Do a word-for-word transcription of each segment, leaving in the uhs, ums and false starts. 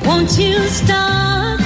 Won't you start?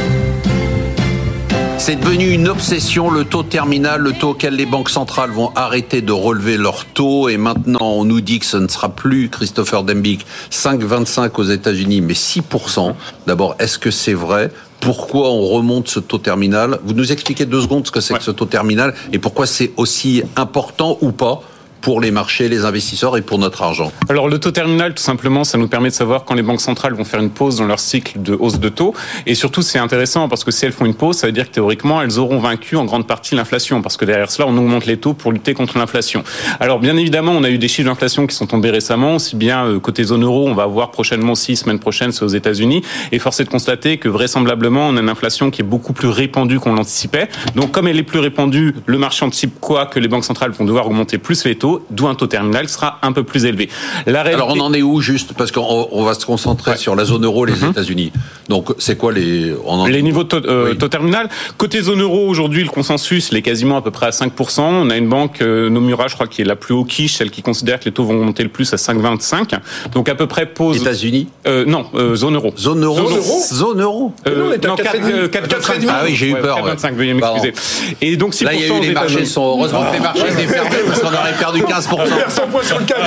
C'est devenu une obsession, le taux terminal, le taux auquel les banques centrales vont arrêter de relever leur taux. Et maintenant, on nous dit que ce ne sera plus, Christopher Dembick, cinq virgule vingt-cinq aux États-Unis, mais six pour cent. D'abord, est-ce que c'est vrai ? Pourquoi on remonte ce taux terminal ? Vous nous expliquez deux secondes ce que c'est ouais. que ce taux terminal et pourquoi c'est aussi important ou pas pour les marchés, les investisseurs et pour notre argent. Alors le taux terminal, tout simplement, ça nous permet de savoir quand les banques centrales vont faire une pause dans leur cycle de hausse de taux. Et surtout, c'est intéressant parce que si elles font une pause, ça veut dire que théoriquement, elles auront vaincu en grande partie l'inflation, parce que derrière cela, on augmente les taux pour lutter contre l'inflation. Alors bien évidemment, on a eu des chiffres d'inflation qui sont tombés récemment, aussi bien côté zone euro, on va voir prochainement aussi, semaine prochaine, c'est aux États-Unis. Et force est de constater que vraisemblablement, on a une inflation qui est beaucoup plus répandue qu'on l'anticipait. Donc comme elle est plus répandue, le marché anticipe quoi ? Que les banques centrales vont devoir augmenter plus les taux, d'où un taux terminal sera un peu plus élevé. La réalité... Alors on en est où juste ? Parce qu'on on va se concentrer ouais. sur la zone euro, les mm-hmm. États-Unis. Donc c'est quoi les... On en... Les niveaux de taux, euh, oui. taux terminal. Côté zone euro, aujourd'hui, le consensus, il est quasiment à peu près à cinq pour cent. On a une banque, euh, Nomura, je crois, qui est la plus haut quiche, celle qui considère que les taux vont monter le plus à cinq virgule vingt-cinq. Donc à peu près pause... États-Unis euh, Non, euh, zone euro. Zone euro Zone euro Zone euro euh, Non, quatre virgule vingt-cinq. Ah oui, j'ai eu peur. quatre virgule vingt-cinq, veuillez m'excuser. Et donc six pour cent. Là, il y a eu les marchés sont... Heureusement que les marchés étaient fermés parce qu'on aurait perdu quinze pour cent. cent points sur le cap.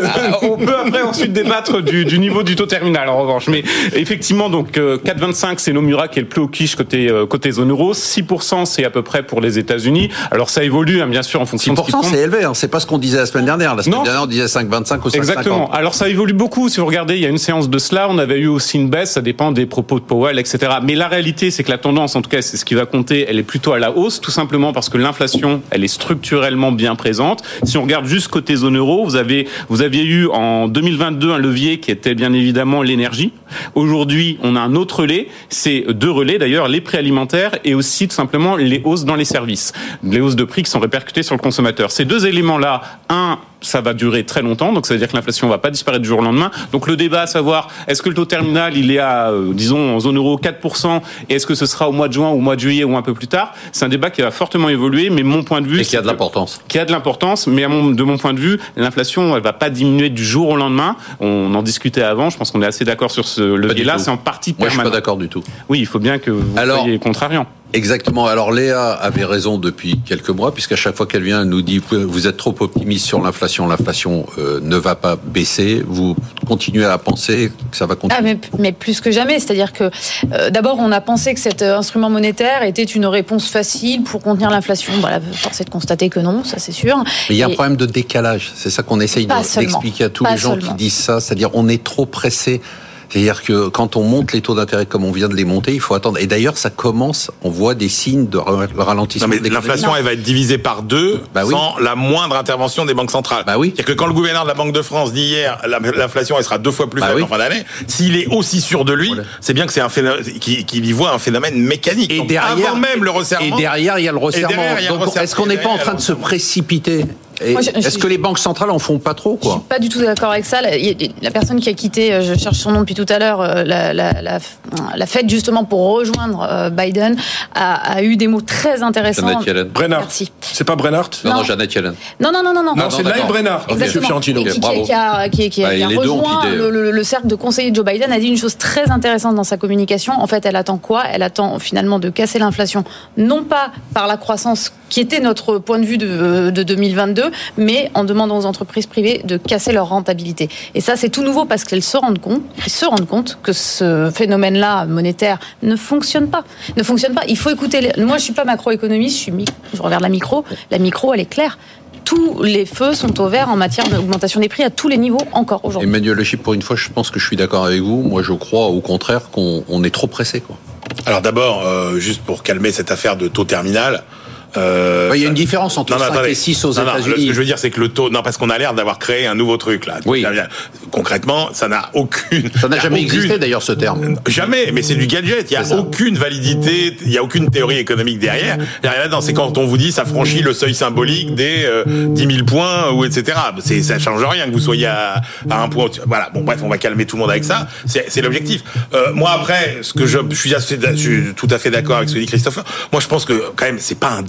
On peut après ensuite débattre du, du niveau du taux terminal en revanche. Mais effectivement, donc quatre virgule vingt-cinq, c'est Nomura qui est le plus haut quiche côté côté zone euro. six pour cent, c'est à peu près pour les États-Unis. Alors ça évolue, hein, bien sûr, en fonction de ce qui tombe. six pour cent, c'est élevé. Hein. C'est pas ce qu'on disait la semaine dernière. La semaine non. dernière, on disait cinq virgule vingt-cinq ou cinq virgule cinquante. Exactement. Alors ça évolue beaucoup. Si vous regardez, il y a une séance de cela. On avait eu aussi une baisse. Ça dépend des propos de Powell, et cetera. Mais la réalité, c'est que la tendance, en tout cas, c'est ce qui va compter. Elle est plutôt à la hausse, tout simplement parce que l'inflation, elle est structurellement bien présente. Si on regarde juste côté zone euro, vous avez Vous aviez eu en deux mille vingt-deux un levier qui était bien évidemment l'énergie. Aujourd'hui, on a un autre relais, c'est deux relais d'ailleurs, les prix alimentaires et aussi tout simplement les hausses dans les services, les hausses de prix qui sont répercutées sur le consommateur. Ces deux éléments-là, un, ça va durer très longtemps, donc ça veut dire que l'inflation va pas disparaître du jour au lendemain. Donc le débat à savoir, est-ce que le taux terminal, il est à, euh, disons, en zone euro quatre pour cent, et est-ce que ce sera au mois de juin ou au mois de juillet ou un peu plus tard ? C'est un débat qui va fortement évoluer, mais mon point de vue... Et qui a de l'importance. Qui a de l'importance, mais à mon, de mon point de vue, l'inflation, elle va pas diminuer du jour au lendemain. On en discutait avant, je pense qu'on est assez d'accord sur ce levier-là, c'est en partie permanent. Moi, je suis pas d'accord du tout. Oui, il faut bien que vous Alors, soyez contrariant. Exactement. Alors Léa avait raison depuis quelques mois, puisqu'à chaque fois qu'elle vient, elle nous dit vous êtes trop optimiste sur l'inflation. L'inflation euh, ne va pas baisser. Vous continuez à penser que ça va continuer. Ah, mais, mais plus que jamais. C'est-à-dire que euh, d'abord, on a pensé que cet instrument monétaire était une réponse facile pour contenir l'inflation. Voilà, force est de constater que non, ça c'est sûr. Mais il y a Et... un problème de décalage. C'est ça qu'on essaye de, d'expliquer à tous pas les gens seulement. Qui disent ça. C'est-à-dire on est trop pressé. C'est-à-dire que quand on monte les taux d'intérêt comme on vient de les monter, il faut attendre. Et d'ailleurs, ça commence, on voit des signes de ralentissement. Non, mais l'inflation, elle va être divisée par deux bah oui. sans la moindre intervention des banques centrales. Bah oui. C'est-à-dire que quand le gouverneur de la Banque de France dit hier, l'inflation, elle sera deux fois plus bah faible oui. en fin d'année, s'il est aussi sûr de lui, voilà. c'est bien que c'est un phénomène, qu'il y voit un phénomène mécanique. Et Donc, derrière, avant même le resserrement. Et derrière, il y a le resserrement. Derrière, Donc, le resserrement. Est-ce qu'on n'est pas en train de se précipiter ? Et Moi, je, est-ce je, que les banques centrales en font pas trop, quoi ? Je suis pas du tout d'accord avec ça. La, la personne qui a quitté, je cherche son nom depuis tout à l'heure, la, la, la, la Fed justement pour rejoindre Biden, a, a eu des mots très intéressants. Janet Yellen. Brennard. Merci. C'est pas Brennard ? Non, non, Janet Yellen. Non, non, non, non, non. Non, c'est Lyle Brennard. Monsieur Fiorentino. Qui, qui, qui a, qui, qui a, bah, qui a rejoint le, le, le cercle de conseillers de Joe Biden, a dit une chose très intéressante dans sa communication. En fait, elle attend quoi ? Elle attend finalement de casser l'inflation, non pas par la croissance qui était notre point de vue de, de deux mille vingt-deux, mais en demandant aux entreprises privées de casser leur rentabilité. Et ça, c'est tout nouveau parce qu'elles se rendent compte, elles se rendent compte que ce phénomène-là monétaire ne fonctionne pas. Ne fonctionne pas. Il faut écouter. Les... Moi, je suis pas macroéconomiste. Je suis mi... je regarde la micro. La micro, elle est claire. Tous les feux sont au vert en matière d'augmentation des prix à tous les niveaux encore aujourd'hui. Emmanuel Le Chypre, pour une fois, je pense que je suis d'accord avec vous. Moi, je crois au contraire qu'on on est trop pressé, quoi. Alors d'abord, euh, juste pour calmer cette affaire de taux terminal. Euh, il y a une différence entre non, cinq attendez. Et six aux non, États-Unis. Non, ce que je veux dire, c'est que le taux, non, parce qu'on a l'air d'avoir créé un nouveau truc là. Oui. Concrètement, ça n'a aucune. Ça n'a jamais aucune, existé d'ailleurs ce terme. Jamais, mais c'est du gadget. Il y a aucune validité, il y a aucune théorie économique derrière. Là-dedans, c'est quand on vous dit ça franchit le seuil symbolique des euh, dix mille points ou et cetera. C'est, ça change rien que vous soyez à, à un point. Voilà. Bon, bref, on va calmer tout le monde avec ça. C'est, c'est l'objectif. Euh, moi, après, ce que je, je suis, assez, je suis tout à fait d'accord avec ce que dit Christopher. Moi, je pense que quand même, c'est pas un débat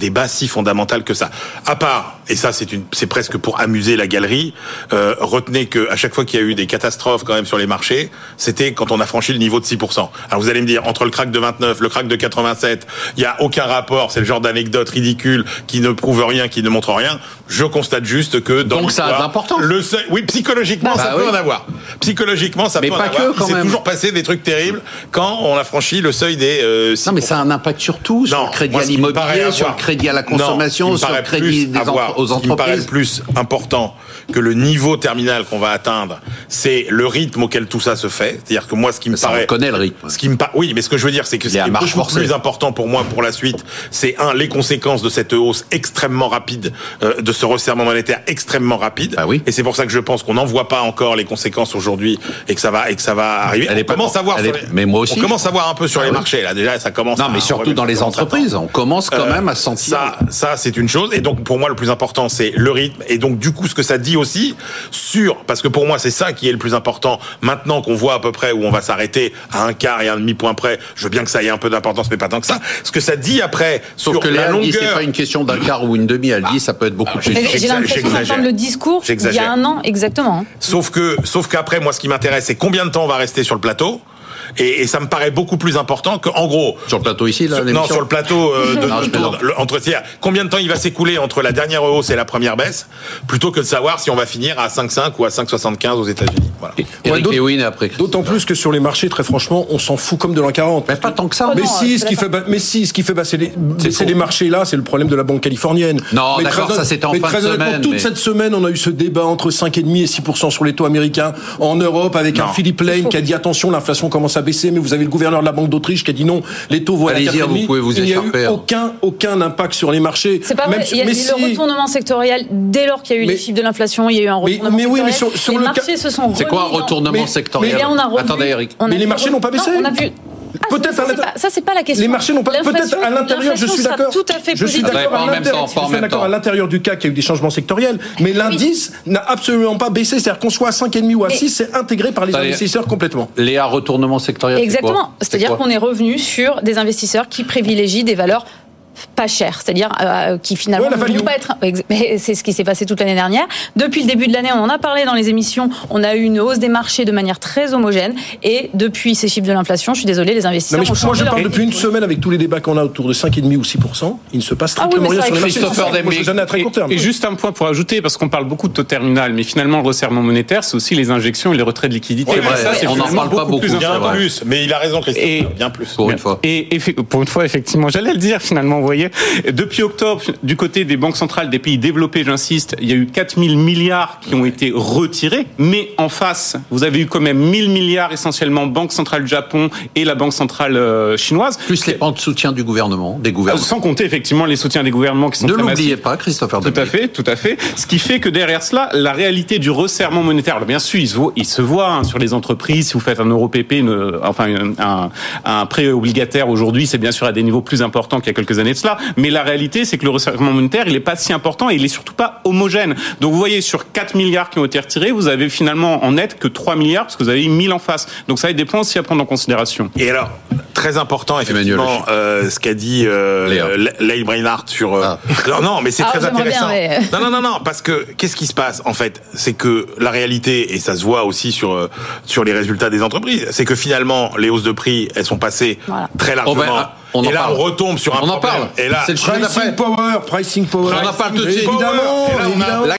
débat si fondamental que ça. À part, et ça c'est une, c'est presque pour amuser la galerie, euh, retenez que à chaque fois qu'il y a eu des catastrophes quand même sur les marchés, c'était quand on a franchi le niveau de six pour cent. Alors vous allez me dire, entre le crack de vingt-neuf, le crack de quatre-vingt-sept, il y a aucun rapport, c'est le genre d'anecdote ridicule qui ne prouve rien, qui ne montre rien. Je constate juste que dans donc ça a d'importance. Le seuil, oui, psychologiquement bah, ça bah peut oui. en avoir. Psychologiquement ça mais peut en avoir. Il s'est toujours passé des trucs terribles quand on a franchi le seuil des euh, six pour cent. Non mais ça a un impact sur tout, sur non, le crédit à l'immobilier, sur le crédit à la consommation, non, sur le crédit des avoir, entre, aux entreprises. Ce qui me paraît le plus important que le niveau terminal qu'on va atteindre, c'est le rythme auquel tout ça se fait. C'est-à-dire que moi, ce qui me ça, paraît, on connaît le rythme. Ce qui me pa... oui, mais ce que je veux dire, c'est que ce qui est beaucoup forcée. plus important pour moi pour la suite, c'est un les conséquences de cette hausse extrêmement rapide, euh, de ce resserrement monétaire extrêmement rapide. Ah oui. Et c'est pour ça que je pense qu'on n'en voit pas encore les conséquences aujourd'hui et que ça va et que ça va arriver. Elle on commence à voir. Est... Les... Mais moi aussi. On commence à voir un peu sur ah les oui. marchés là. Déjà, ça commence. Non, à... mais surtout dans les entreprises, on commence quand euh, même à sentir. Ça, ça, c'est une chose. Et donc, pour moi, le plus important, c'est le rythme. Et donc, du coup, ce que ça dit aussi sur, parce que pour moi, c'est ça qui est le plus important. Maintenant qu'on voit à peu près où on va s'arrêter à un quart et un demi point près, je veux bien que ça ait un peu d'importance, mais pas tant que ça. Ce que ça dit après, sauf sur que la Léa longueur. Dit, c'est pas une question d'un quart ou une demi. Elle dit, ça peut être beaucoup plus. J'ai l'impression d'entendre le discours il y a un an, exactement. Sauf que, sauf qu'après, moi, ce qui m'intéresse, c'est combien de temps on va rester sur le plateau. Et, et ça me paraît beaucoup plus important que, en gros, sur le plateau ici, là, sur, non, sur le plateau euh, de, non, de, de, de, entre c'est-à-dire combien de temps il va s'écouler entre la dernière hausse et la première baisse, plutôt que de savoir si on va finir à cinq virgule cinq ou à cinq virgule soixante-quinze aux États-Unis. Voilà. Eric ouais, Lewin après. D'autant plus que sur les marchés, très franchement, on s'en fout comme de l'an quarante. Mais pas tant que ça. Mais non, si, ce qui fait, mais si, ce qui fait passer les, c'est les marchés là, c'est le problème de la banque californienne. Non, mais d'accord, très, ça c'était en fin de semaine. Toute mais... cette semaine, on a eu ce débat entre cinq virgule cinq et six pour cent sur les taux américains en Europe, avec non. un Philippe Lane qui a dit attention, l'inflation commence à baisser, mais vous avez le gouverneur de la Banque d'Autriche qui a dit non, les taux vont à quatre virgule cinq. Vous pouvez vous il n'y a eu hein. aucun, aucun impact sur les marchés. C'est pas vrai. Il y a eu si... le retournement sectoriel dès lors qu'il y a eu mais... les chiffres de l'inflation. Il y a eu un retournement mais, mais sectoriel. Oui, mais sur, sur les le marchés ca... se sont. C'est quoi un retournement mais, sectoriel mais là, on a revu, Attendez, Eric. Mais les marchés n'ont pas baissé. On a vu. Ah, peut-être ça, c'est pas, ça c'est pas la question. Les marchés n'ont pas peut-être à l'intérieur. Je suis d'accord. Tout à fait. Je suis d'accord. En même temps, je suis d'accord à l'intérieur du C A C, il y a eu des changements sectoriels, mais l'indice n'a absolument pas baissé. C'est-à-dire qu'on soit à cinq virgule cinq ou à six, c'est intégré par les investisseurs complètement. Léa, retournement sectoriel. Exactement. C'est-à-dire qu'on est revenu sur des investisseurs qui privilégient des valeurs pas cher, c'est-à-dire euh, qui finalement ouais, ne vont pas être. C'est ce qui s'est passé toute l'année dernière. Depuis le début de l'année, on en a parlé dans les émissions. On a eu une hausse des marchés de manière très homogène. Et depuis ces chiffres de l'inflation, je suis désolée, les investisseurs. Non, mais ont moi, je parle leur... depuis une semaine avec tous les débats qu'on a autour de cinq virgule cinq ou six pour cent. Il ne se passe strictement ah oui, rien sur les marchés. Moi, je à très court terme. Et, et juste un point pour ajouter, parce qu'on parle beaucoup de taux terminal, mais finalement, le resserrement monétaire, c'est aussi les injections et les retraits de liquidité. Ouais, ça, c'est on n'en parle pas beaucoup. Bien plus, mais il a raison, Christophe. Et, bien plus. Pour une fois. Et, et pour une fois, effectivement, j'allais le dire finalement, vous voyez. Depuis octobre, du côté des banques centrales des pays développés, j'insiste, il y a eu quatre mille milliards qui ont été retirés, mais en face, vous avez eu quand même mille milliards essentiellement Banque centrale du Japon et la Banque centrale euh, chinoise. Plus les plans de soutien du gouvernement, des gouvernements. Sans compter effectivement les soutiens des gouvernements qui sont ne très l'oubliez massifs. pas, Christopher. Tout à fait, tout à fait. Ce qui fait que derrière cela, la réalité du resserrement monétaire, alors bien sûr, il se voit, il se voit hein, sur les entreprises. Si vous faites un euro P P, une, enfin un, un prêt obligataire aujourd'hui, c'est bien sûr à des niveaux plus importants qu'il y a quelques années de cela. Mais la réalité, c'est que le resserrement monétaire, il n'est pas si important et il est surtout pas homogène. Donc vous voyez, sur quatre milliards qui ont été retirés, vous avez finalement en net que trois milliards parce que vous avez mille en face. Donc ça a des points aussi à prendre en considération. Et alors, très important, effectivement, euh, ce qu'a dit euh, Leigh Brainard sur... Euh, ah. Non, non, mais c'est ah, très intéressant. Bien, mais... Non, non, non, non, parce que qu'est-ce qui se passe, en fait? C'est que la réalité, et ça se voit aussi sur, euh, sur les résultats des entreprises, c'est que finalement, les hausses de prix, elles sont passées voilà. très largement... Oh ben, On et là, parle. on retombe sur un on problème. en parle. Et là, c'est le pricing power, pricing power. On en parle tout de suite. Évidemment, évidemment.